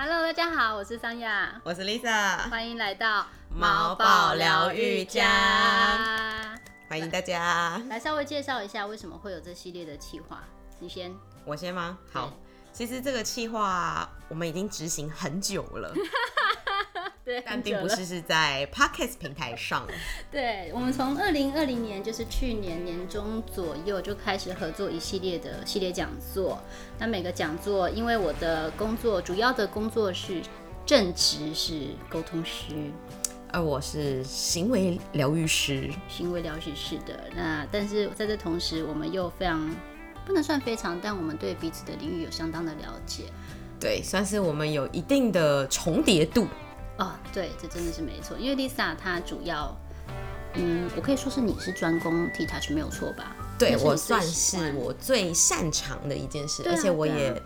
Hello， 大家好，我是桑雅， 我是 Lisa， 欢迎来到毛宝疗愈家，欢迎大家。 来稍微介绍一下为什么会有这系列的企划，你先。 我先吗？好，其实这个企划我们已经执行很久了。 对， 但并不是在 Podcast 平台上。对， 我们从2020年，就是去年年中左右就开始合作一系列的系列讲座。那每个讲座，因为我的工作主要的工作是正职是沟通师， 而我是行为疗愈师。 行为疗愈师的。那但是在这同时，我们又非常不能算非常，但我们对彼此的领域有相当的了解。 对，算是我们有一定的重叠度。 哦，对，这真的是没错，因为 Lisa 她主要，我可以说是你是专攻 T-Touch 没有错吧？ 对，我算是我最擅长的一件事，而且我也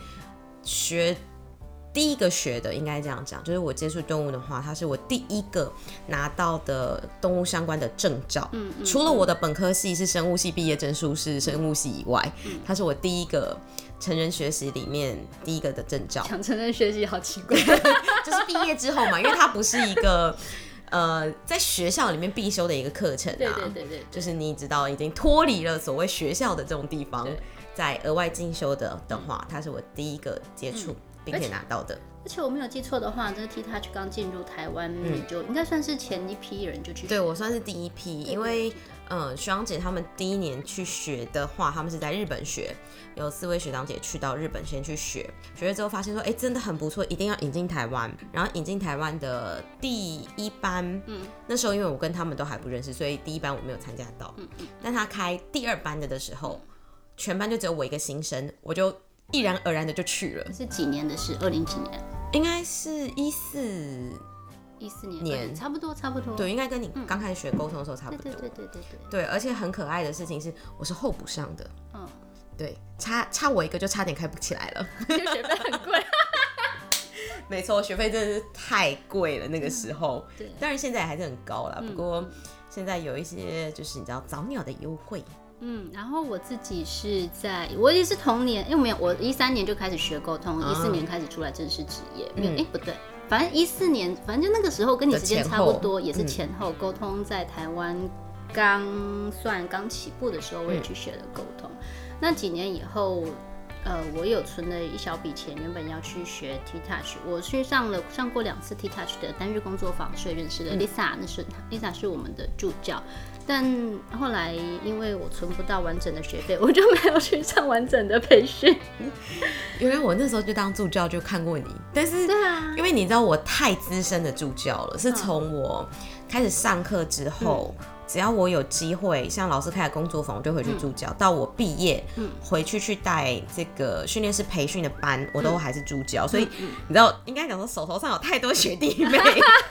第一个学的，应该这样讲，就是我接触动物的话，它是我第一个拿到的动物相关的证照。除了我的本科系是生物系毕业证书是生物系以外，它是我第一个成人学习里面第一个的证照。 讲成人学习好奇怪， 就是毕业之后嘛，因为它不是一个在学校里面必修的一个课程啊。 对， 就是你知道已经脱离了所谓学校的这种地方，在额外进修的话，它是我第一个接触并且拿到的。 而且我没有记错的话，这个 T-Touch 刚进入台湾，你就应该算是前一批人就去学。 对，我算是第一批，因为学长姐他们第一年去学的话，他们是在日本学，有4位学长姐去到日本先去学了之后发现说，真的很不错，一定要引进台湾。然后引进台湾的第一班，那时候因为我跟他们都还不认识，所以第一班我没有参加到。但他开第2班的时候，全班就只有我一个新生，我就毅然而然的就去了。 是几年的事？20几年？ 应该是14年， 差不多。 对，应该跟你刚开始学沟通的时候差不多。对，而且很可爱的事情是，我是候补上的。对，差我一个就差点开不起来了。 因为学费很贵。 没错，学费真的是太贵了那个时候。对，当然现在还是很高啦。不过现在有一些就是你知道早鸟的优惠。 然后我自己我也是同年，因为我13年就开始学沟通，14年开始出来正式职业。不对，反正14年，反正就那个时候跟你时间差不多，也是前后沟通在台湾刚起步的时候，我也去学了沟通。那几年以后，我有存了一小笔钱，原本要去学 T-Touch， 我去上过2次 T-Touch 的单日工作坊，所以认识了 Lisa， Lisa 是我们的助教。但后来因为我存不到完整的学费，我就没有去上完整的培训。 原来我那时候就当助教就看过你，但是因为你知道我太资深的助教了，是从我开始上课之后，只要我有机会，像老师开的工作坊，我就回去助教。到我毕业，回去带这个训练师培训的班，我都还是助教。所以你知道，应该讲说手头上有太多学弟妹。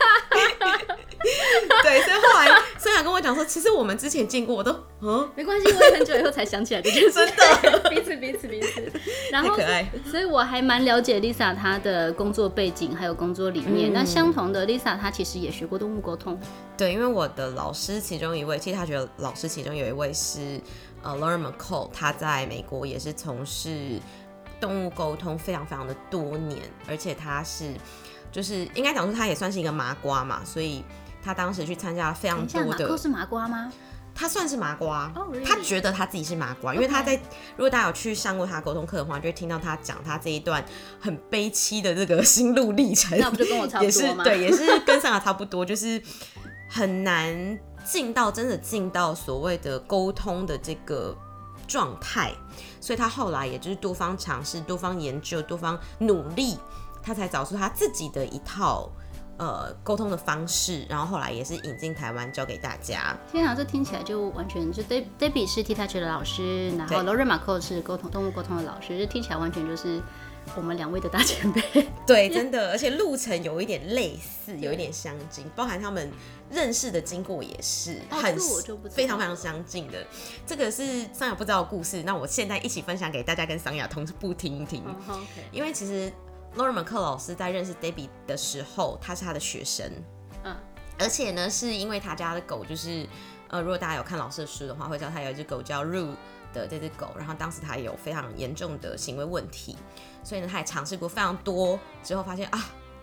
对，所以后来孙雅跟我讲说，其实我们之前见过，我都没关系，我也很久以后才想起来这件事。 真的， 彼此。然后， 太可爱。 所以我还蛮了解 Lisa 她的工作背景还有工作理念。那相同的 Lisa 她其实也学过动物沟通。 对，因为我的老师其中一位，其实他觉得老师其中有一位是Lauren McCall， 他在美国也是从事动物沟通非常非常的多年，而且他是就是应该讲说他也算是一个麻瓜嘛，所以他当时去参加了非常多的。 McCall是麻瓜吗？ 他算是麻瓜， really? 他觉得他自己是麻瓜，因为他在如果大家有去上过他沟通课的话，就会听到他讲他这一段很悲凄的这个心路历程。 那不就跟我差不多吗？ 也是跟上了差不多，就是很难真的进到所谓的沟通的这个状态，所以他后来也就是多方尝试、多方研究、多方努力，他才找出他自己的一套沟通的方式，然后后来也是引进台湾教给大家。 天啊，这听起来就完全就 Debbie 是 T-Touch 的老师，然后 Lauren McCall 是动物沟通的老师，就听起来完全就是我们2位的大前辈。 对，真的，而且路程有一点类似，有一点相近，包含他们认识的经过也是非常非常相近的。这个是桑雅不知道的故事，那我现在一起分享给大家，跟桑雅同步听一听。因为其实Lauren McCall 老师在认识 Debbie 的时候，他是他的学生，而且呢，是因为他家的狗就是，如果大家有看老师的书的话，会知道他有一只狗叫 Rue 的这只狗，然后当时他有非常严重的行为问题，所以呢，他也尝试过非常多，之后发现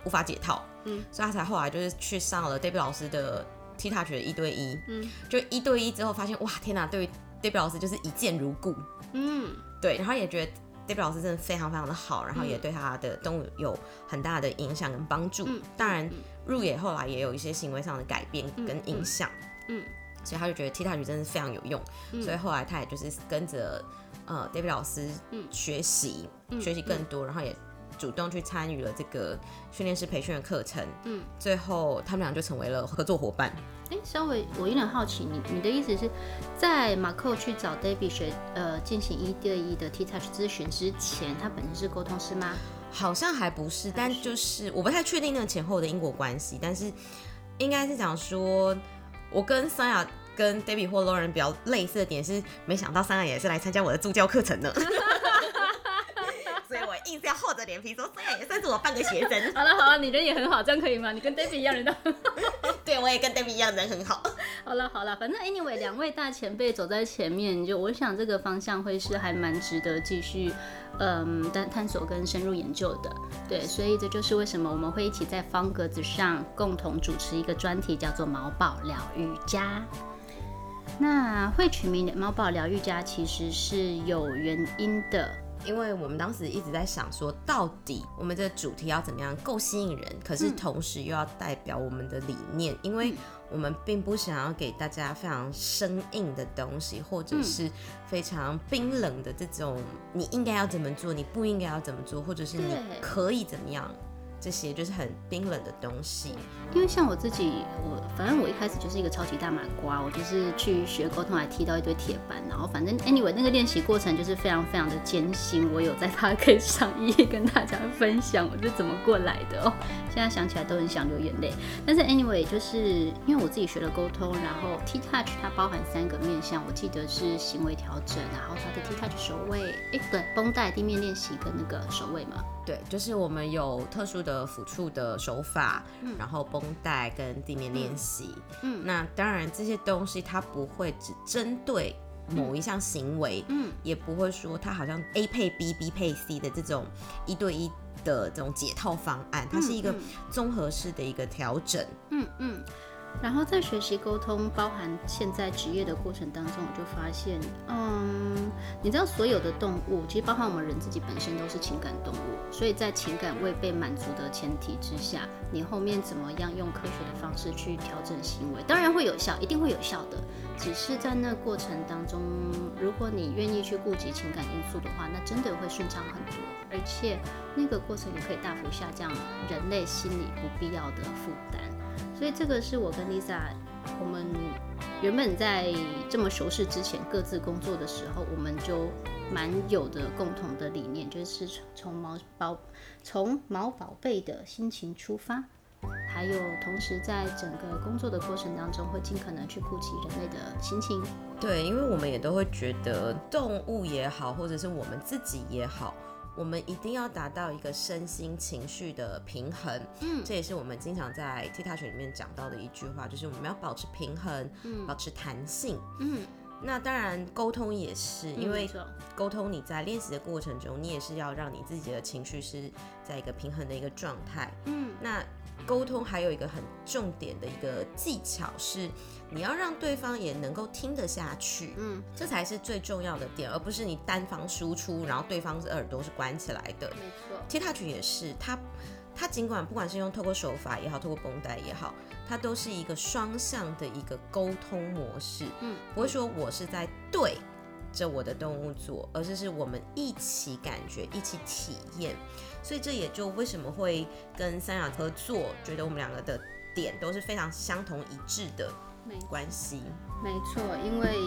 无法解套，所以他才后来就是去上了 Debbie 老师的 T-Touch 的1对1，就1对1之后发现哇天哪，对 Debbie 老师就是一见如故，对，然后也觉得 Debbie 老师真的非常非常的好，然后也对他的动物有很大的影响跟帮助。当然，入野后来也有一些行为上的改变跟影响，所以他就觉得 T-Touch 真的非常有用，所以后来他也就是跟着Debbie 老师学习更多，然后也主动去参与了这个训练师培训的课程，最后他们俩就成为了合作伙伴。 稍微我有点好奇，你的意思是在马寇去找 Debbie 进行1对1的 T-Touch 咨询之前，他本身是沟通师吗？ 好像还不是，但就是我不太确定那个前后的因果关系，但是应该是讲说，我跟桑雅跟 Debbie 或 Lauren 比较类似的点是，没想到桑雅也是来参加我的助教课程呢。所以我硬是要厚着脸皮说，桑雅也算是我半个学生。 好了，你人也很好，这样可以吗？你跟 Debbie 一样人都对，我也跟 Debbie 一样人很好。 好了，反正 anyway， 2位大前辈走在前面，就我想这个方向会是还蛮值得继续探索跟深入研究的。对，所以这就是为什么我们会一起在方格子上共同主持一个专题，叫做毛宝疗愈家。那会取名毛宝疗愈家其实是有原因的。 因为我们当时一直在想说，到底我们这个主题要怎么样够吸引人，可是同时又要代表我们的理念，因为我们并不想要给大家非常生硬的东西，或者是非常冰冷的这种你应该要怎么做，你不应该要怎么做，或者是你可以怎么样，这些就是很冰冷的东西。 因为像我自己，反正我一开始就是一个超级大麻瓜，我就是去学沟通还踢到一堆铁板，然后反正 anyway 那个练习过程就是非常非常的艰辛，我有在Podcast上一一跟大家分享我是怎么过来的哦，现在想起来都很想流眼泪。但是 anyway 就是因为我自己学了沟通，然后 T-Touch 它包含3个面向，我记得是行为调整，然后它的 T-Touch 手位，对，绷带、地面练习跟那个手位嘛。 对，就是我们有特殊的抚触的手法，然后绷带跟地面练习。那当然这些东西它不会只针对某一项行为，也不会说它好像 A 配 B、B 配 C 的这种1对1的这种解套方案，它是一个综合式的一个调整。 然后在学习沟通，包含现在职业的过程当中，我就发现，你知道所有的动物，其实包含我们人自己本身都是情感动物，所以在情感未被满足的前提之下，你后面怎么样用科学的方式去调整行为，当然会有效，一定会有效的。只是在那过程当中，如果你愿意去顾及情感因素的话，那真的会顺畅很多，而且那个过程也可以大幅下降人类心理不必要的负担。所以这个是我跟 Lisa 我们原本在这么熟识之前各自工作的时候，我们就蛮有的共同的理念，就是从毛宝贝的心情出发，还有同时在整个工作的过程当中会尽可能去顾及人类的心情。 对，因为我们也都会觉得动物也好，或者是我们自己也好，我们一定要达到一个身心情绪的平衡，这也是我们经常在 T-Touch 里面讲到的一句话，就是我们要保持平衡，保持弹性。那当然沟通也是，因为沟通你在练习的过程中，你也是要让你自己的情绪是在一个平衡的一个状态。那沟通还有一个很重点的一个技巧是，你要让对方也能够听得下去，这才是最重要的点，而不是你单方输出，然后对方的耳朵是关起来的。 没错 T-Touch 也是，它尽管不管是用透过手法也好，透过绷带也好，它都是一个双向的一个沟通模式，不会说我是在对着我的动物做，而是我们一起感觉，一起体验。所以这也就为什么会跟三雅合作，觉得我们两个的点都是非常相同一致的关系。 没错，因为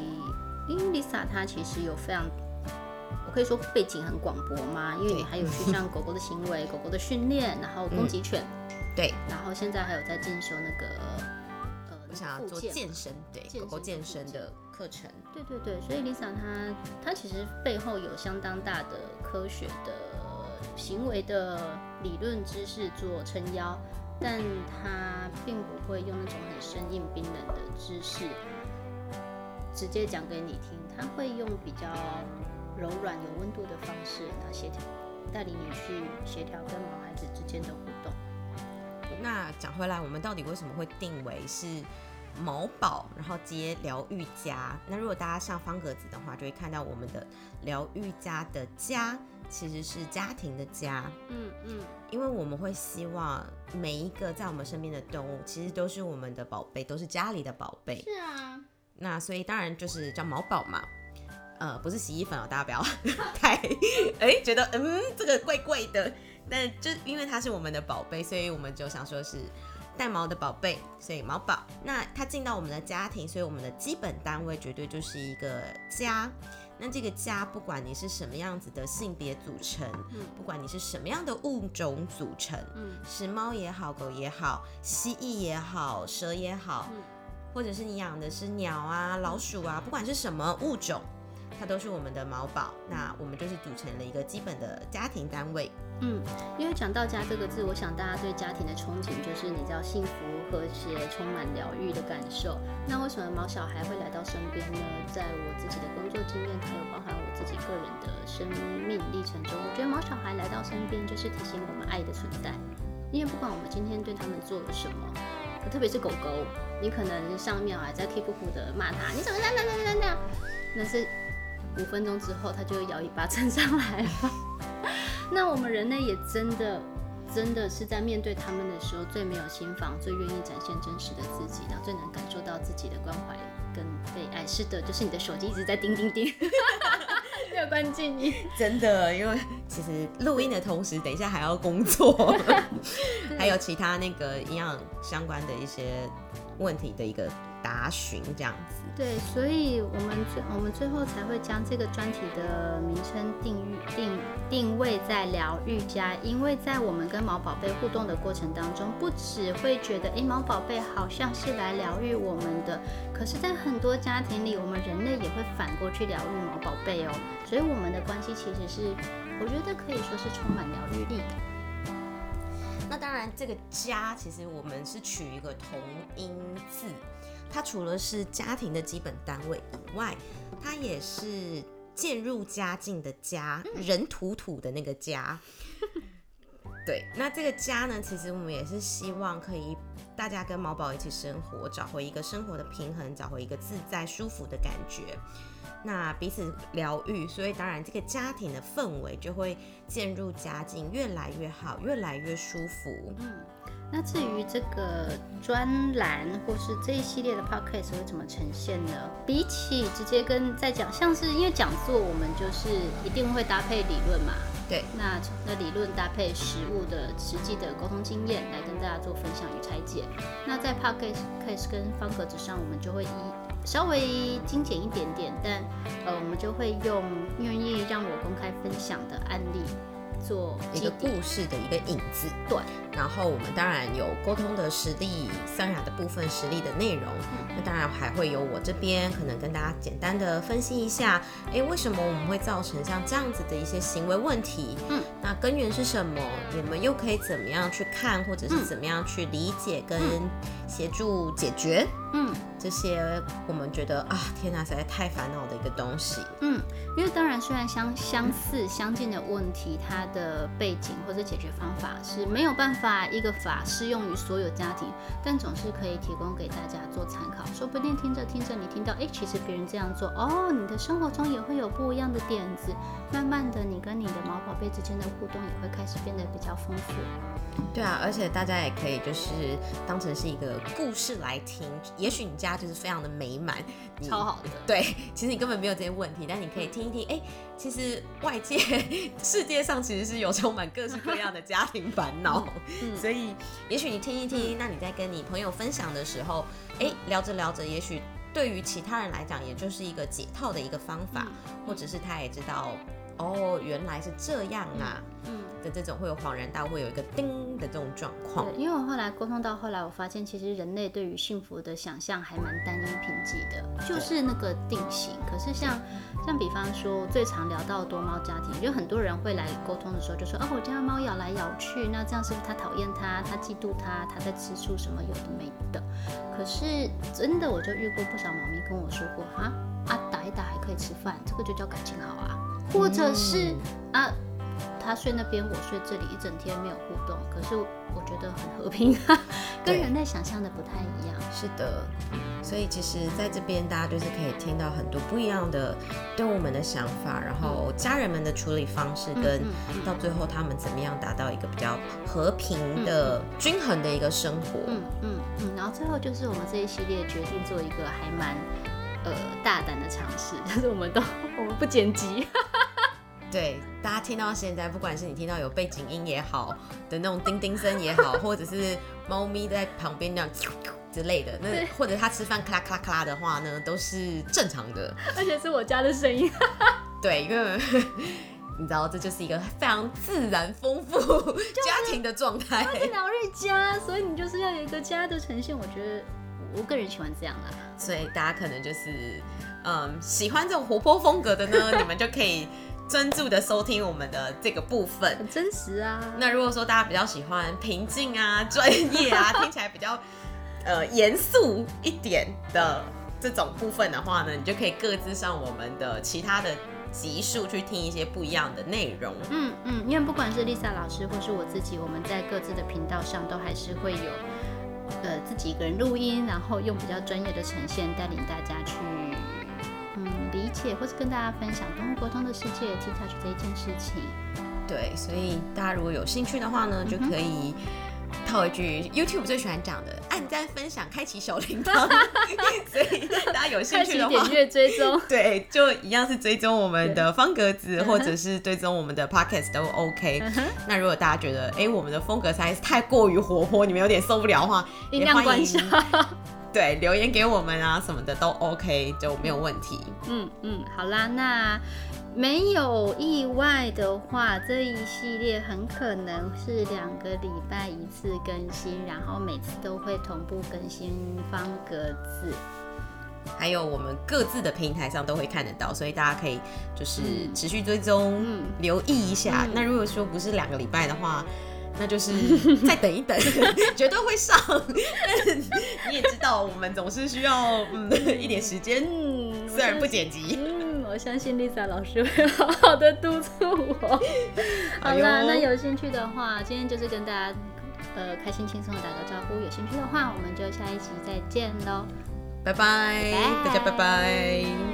Lisa 她其实有非常，我可以说背景很广博嘛，因为你还有去上狗狗的行为、狗狗的训练，然后攻击犬， 对， 然后现在还有在进修那个我想要做健身，对，狗狗健身的课程。 对对对，所以 Lisa 她其实背后有相当大的科学的行为的理论知识做撑腰，但她并不会用那种很生硬冰冷的知识直接讲给你听，她会用比较柔软有温度的方式，然后协调带领你去协调跟毛孩子之间的互动。 那讲回来，我们到底为什么会定为是毛宝，然后接疗愈家？那如果大家上方格子的话，就会看到我们的疗愈家的家其实是家庭的家。因为我们会希望每一个在我们身边的动物，其实都是我们的宝贝，都是家里的宝贝。 是啊。 那所以当然就是叫毛宝嘛。不是洗衣粉哦，大家不要太觉得这个怪怪的。但就因为它是我们的宝贝，所以我们就想说是带毛的宝贝，所以毛宝。那它进到我们的家庭，所以我们的基本单位绝对就是一个家。那这个家，不管你是什么样子的性别组成，不管你是什么样的物种组成，是猫也好，狗也好，蜥蜴也好，蛇也好，或者是你养的是鸟啊、老鼠啊，不管是什么物种，它都是我们的毛宝。那我们就是组成了一个基本的家庭单位。 因为讲到家这个字，我想大家对家庭的憧憬就是你知道幸福、和谐、充满疗愈的感受。那为什么毛小孩会来到身边呢？在我自己的工作经验，还有包含我自己个人的生命历程中，我觉得毛小孩来到身边就是提醒我们爱的存在。因为不管我们今天对他们做了什么，特别是狗狗，你可能上面还在 keep 的骂他，你怎么那样，但是5分钟之后，它就会摇尾巴蹭上来了。那我们人类也真的是在面对他们的时候，最没有心防，最愿意展现真实的自己，然后最能感受到自己的关怀跟被爱。是的，就是你的手机一直在叮叮叮，没有关静音。 真的，因为其实录音的同时，等一下还要工作，还有其他那个营养相关的一些问题的一个答询这样子。 对，所以我们最后才会将这个专题的名称定位在疗愈家，因为在我们跟毛宝贝互动的过程当中，不只会觉得毛宝贝好像是来疗愈我们的，可是在很多家庭里，我们人类也会反过去疗愈毛宝贝哦。所以我们的关系其实是，我觉得可以说是充满疗愈力的。 那当然，这个家其实我们是取一个同音字，它除了是家庭的基本单位以外，它也是渐入佳境的家，人土土的那个家。对，那这个家呢，其实我们也是希望可以大家跟毛宝一起生活，找回一个生活的平衡，找回一个自在舒服的感觉。那彼此疗愈，所以当然这个家庭的氛围就会渐入佳境，越来越好，越来越舒服。 那至于这个专栏或是这一系列的 podcast 会怎么呈现呢？比起直接跟在讲，像是因为讲座我们就是一定会搭配理论嘛， 对， 那理论搭配实务的实际的沟通经验来跟大家做分享与拆解。那在 podcast 跟方格子上，我们就会稍微精简一点点，但我们就会用愿意让我公开分享的案例做一个故事的一个引子。 对， 然后我们当然有沟通的实力，桑雅的部分实力的内容，那当然还会有我这边可能跟大家简单的分析一下，为什么我们会造成像这样子的一些行为问题？那根源是什么？我们又可以怎么样去看，或者是怎么样去理解跟协助解决？这些我们觉得天哪，实在太烦恼的一个东西。 因为当然虽然相似相近的问题，它的背景或者解决方法是没有办法一个法适用于所有家庭，但总是可以提供给大家做参考。说不定听着听着，你听到其实别人这样做，你的生活中也会有不一样的点子。慢慢的，你跟你的毛宝贝之间的互动也会开始变得比较丰富。 对啊，而且大家也可以就是当成是一个故事来听，也许你家就是非常的美满， 超好的。 对，其实你根本没有这些问题，但你可以听一听，其实外界世界上其实是有充满各式各样的家庭烦恼，所以也许你听一听，那你在跟你朋友分享的时候，聊着聊着，也许对于其他人来讲，也就是一个解套的一个方法，或者是他也知道原来是这样啊。的这种会有恍然大悟，会有一个叮的这种状况。 对，因为我后来沟通到后来，我发现其实人类对于幸福的想象还蛮单一贫瘠的，就是那个定型。可是像比方说，最常聊到多猫家庭，就很多人会来沟通的时候就说，我家的猫咬来咬去，那这样是不是他讨厌它，他嫉妒它，他在吃醋什么有的没的。可是真的我就遇过不少猫咪跟我说过，打一打还可以吃饭，这个就叫感情好啊，或者是他睡那边，我睡这里，一整天没有互动，可是我觉得很和平啊，跟人类想象的不太一样。 是的，所以其实在这边大家就是可以听到很多不一样的动物们的想法，然后家人们的处理方式，跟到最后他们怎么样达到一个比较和平的、均衡的一个生活。 然后最后就是我们这一系列决定做一个还蛮大胆的尝试，就是我们不剪辑。 对，大家听到现在，不管是你听到有背景音也好的那种叮叮声也好，或者是猫咪在旁边那样之类的，那或者它吃饭咔啦咔啦咔啦的话呢，都是正常的， 而且是我家的声音。 对，因为你知道这就是一个非常自然丰富家庭的状态， 它是疗愈家，所以你就是要有一个家的呈现。我觉得我个人喜欢这样啦， 所以大家可能就是喜欢这种活泼风格的呢，你们就可以专注的收听我们的这个部分， 很真实啊。 那如果说大家比较喜欢平静啊、专业啊，听起来比较严肃一点的这种部分的话呢，你就可以各自上我们的其他的集数去听一些不一样的内容。 因为不管是 Lisa 老师或是我自己，我们在各自的频道上都还是会有自己一个人录音，然后用比较专业的呈现带领大家去理解或是跟大家分享动物沟通的世界 T-Touch 这一件事情。对， 所以大家如果有兴趣的话呢，就可以套一句 YouTube 最喜欢讲的，按赞、分享、开启小铃铛。所以大家有兴趣的话， 开启点阅追踪， 对，就一样是追踪我们的方格子，或者是追踪我们的 Podcast 都 OK。那如果大家觉得我们的风格实在是太过于活泼，你们有点受不了的话， 音量关小。 对，留言给我们啊什么的都 OK， 就没有问题。 好啦，那没有意外的话，这一系列很可能是2个礼拜一次更新，然后每次都会同步更新方格子， 还有我们各自的平台上都会看得到，所以大家可以就是持续追踪，留意一下。那如果说不是2个礼拜的话，那就是再等一等，绝对会上。但你也知道，我们总是需要一点时间，虽然不剪辑。 我相信 Lisa 老师会好好的督促我。好啦，那有兴趣的话，今天就是跟大家开心轻松的打个招呼。有兴趣的话，我们就下一集再见喽， 拜拜，大家拜拜。